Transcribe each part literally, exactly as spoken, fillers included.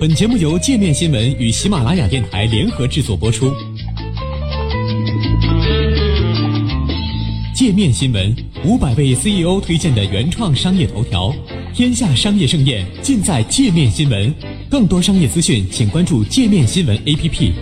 本节目由界面新闻与喜马拉雅电台联合制作播出。界面新闻五百位 C E O 推荐的原创商业头条，天下商业盛宴尽在界面新闻。更多商业资讯，请关注界面新闻 A P P。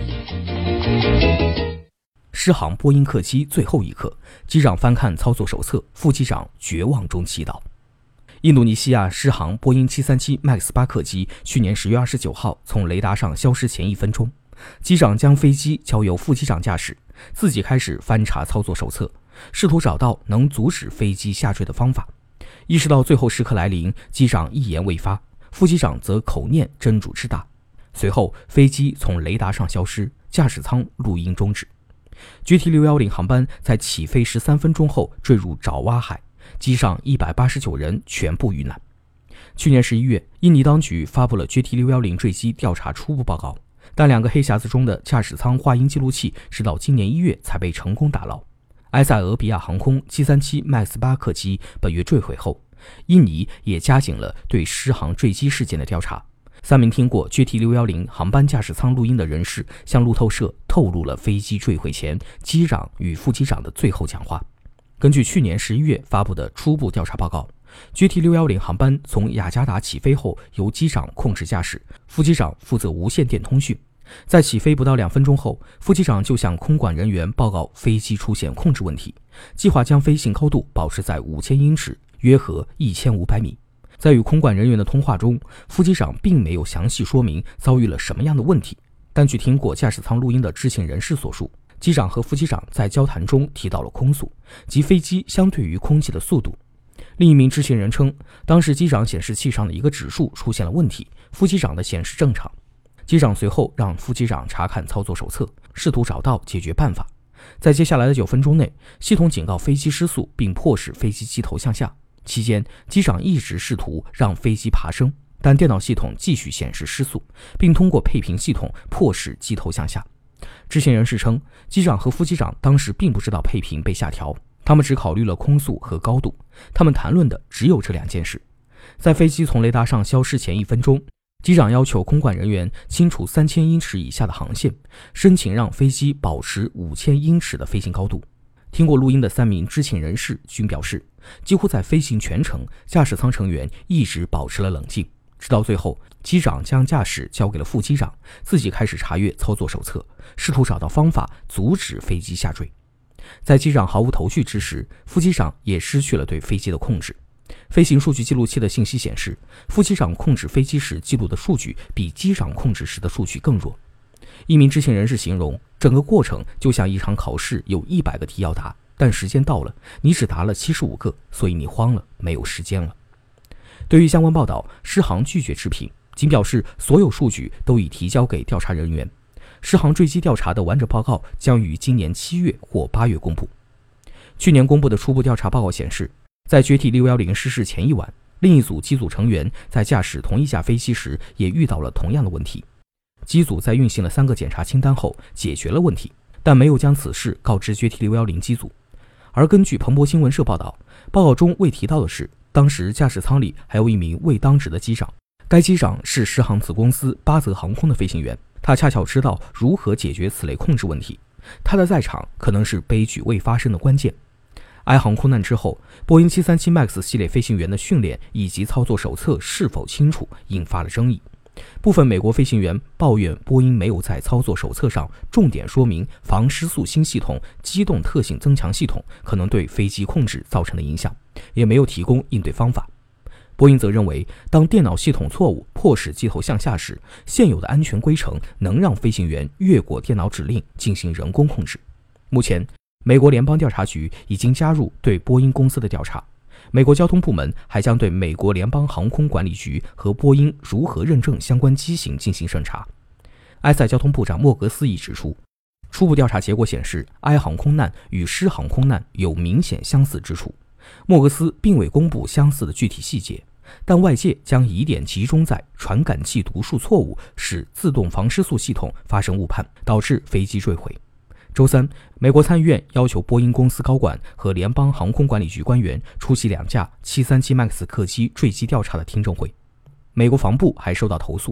狮航波音客机最后一刻，机长翻看操作手册，副机长绝望中祈祷。印度尼西亚狮航波音七三七 MAX 八客机去年十月二十九号从雷达上消失前一分钟，机长将飞机交由副机长驾驶，自己开始翻查操作手册，试图找到能阻止飞机下坠的方法。意识到最后时刻来临，机长一言未发，副机长则口念真主之大。随后飞机从雷达上消失，驾驶舱录音终止。 G T 六一零 航班在起飞十三分钟后坠入爪哇海，机上一百八十九人全部遇难。去年十一月，印尼当局发布了 G T 六一零 坠机调查初步报告，但两个黑匣子中的驾驶舱话音记录器直到今年一月才被成功打捞。埃塞俄比亚航空七三七 MAX 八客机本月坠毁后，印尼也加紧了对狮航坠机事件的调查。三名听过 G T 六一零 航班驾驶舱录音的人士向路透社透露了飞机坠毁前机长与副机长的最后讲话。根据去年十一月发布的初步调查报告， G T 六一零 航班从雅加达起飞后由机长控制驾驶，副机长负责无线电通讯。在起飞不到两分钟后，副机长就向空管人员报告飞机出现控制问题，计划将飞行高度保持在五千英尺，约合一千五百米。在与空管人员的通话中，副机长并没有详细说明遭遇了什么样的问题，但据听过驾驶舱录音的知情人士所述，机长和副机长在交谈中提到了空速，即飞机相对于空气的速度。另一名知情人称，当时机长显示器上的一个指数出现了问题，副机长的显示正常。机长随后让副机长查看操作手册，试图找到解决办法。在接下来的九分钟内，系统警告飞机失速，并迫使飞机机头向下。期间，机长一直试图让飞机爬升，但电脑系统继续显示失速，并通过配平系统迫使机头向下。知情人士称，机长和副机长当时并不知道配平被下调，他们只考虑了空速和高度，他们谈论的只有这两件事。在飞机从雷达上消失前一分钟，机长要求空管人员清除三千英尺以下的航线，申请让飞机保持五千英尺的飞行高度。听过录音的三名知情人士均表示，几乎在飞行全程，驾驶舱成员一直保持了冷静，直到最后，机长将驾驶交给了副机长，自己开始查阅操作手册，试图找到方法阻止飞机下坠。在机长毫无头绪之时，副机长也失去了对飞机的控制。飞行数据记录器的信息显示，副机长控制飞机时记录的数据比机长控制时的数据更弱。一名知情人士形容，整个过程就像一场考试，有一百个题要答，但时间到了，你只答了七十五个，所以你慌了，没有时间了。对于相关报道，狮航拒绝置评，仅表示所有数据都已提交给调查人员。狮航坠机调查的完整报告将于今年七月或八月公布。去年公布的初步调查报告显示，在 G T 六一零失事前一晚，另一组机组成员在驾驶同一架飞机时也遇到了同样的问题。机组在运行了三个检查清单后解决了问题，但没有将此事告知 G T 六一零 机组。而根据彭博新闻社报道，报告中未提到的是，当时驾驶舱里还有一名未当值的机长，该机长是狮航子公司巴泽航空的飞行员，他恰巧知道如何解决此类控制问题，他的在场可能是悲剧未发生的关键。埃航空难之后，波音七三七 MAX 系列飞行员的训练以及操作手册是否清楚引发了争议。部分美国飞行员抱怨波音没有在操作手册上重点说明防失速新系统机动特性增强系统可能对飞机控制造成的影响，也没有提供应对方法。波音则认为，当电脑系统错误迫使机头向下时，现有的安全规程能让飞行员越过电脑指令进行人工控制。目前，美国联邦调查局已经加入对波音公司的调查，美国交通部门还将对美国联邦航空管理局和波音如何认证相关机型进行审查。埃塞交通部长莫格斯亦指出，初步调查结果显示，埃航空难与狮航空难有明显相似之处。莫格斯并未公布相似的具体细节，但外界将疑点集中在传感器读数错误使自动防失速系统发生误判，导致飞机坠毁。周三，美国参议院要求波音公司高管和联邦航空管理局官员出席两架七三七 MAX 客机坠机调查的听证会。美国防部还收到投诉，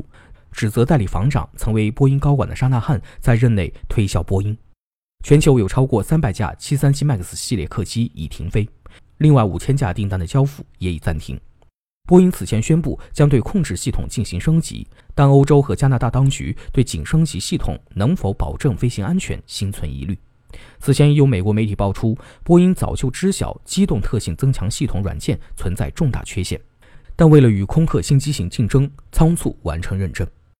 指责代理房长曾为波音高管的沙纳汉在任内推销波音。全球有超过三百架七三七 MAX 系列客机已停飞，另外五千架订单的交付也已暂停。波音此前宣布将对控制系统进行升级，但欧洲和加拿大当局对仅升级系统能否保证飞行安全心存疑虑。此前已有美国媒体爆出，波音早就知晓机动特性增强系统软件存在重大缺陷，但为了与空客新机型竞争，仓促完成认证。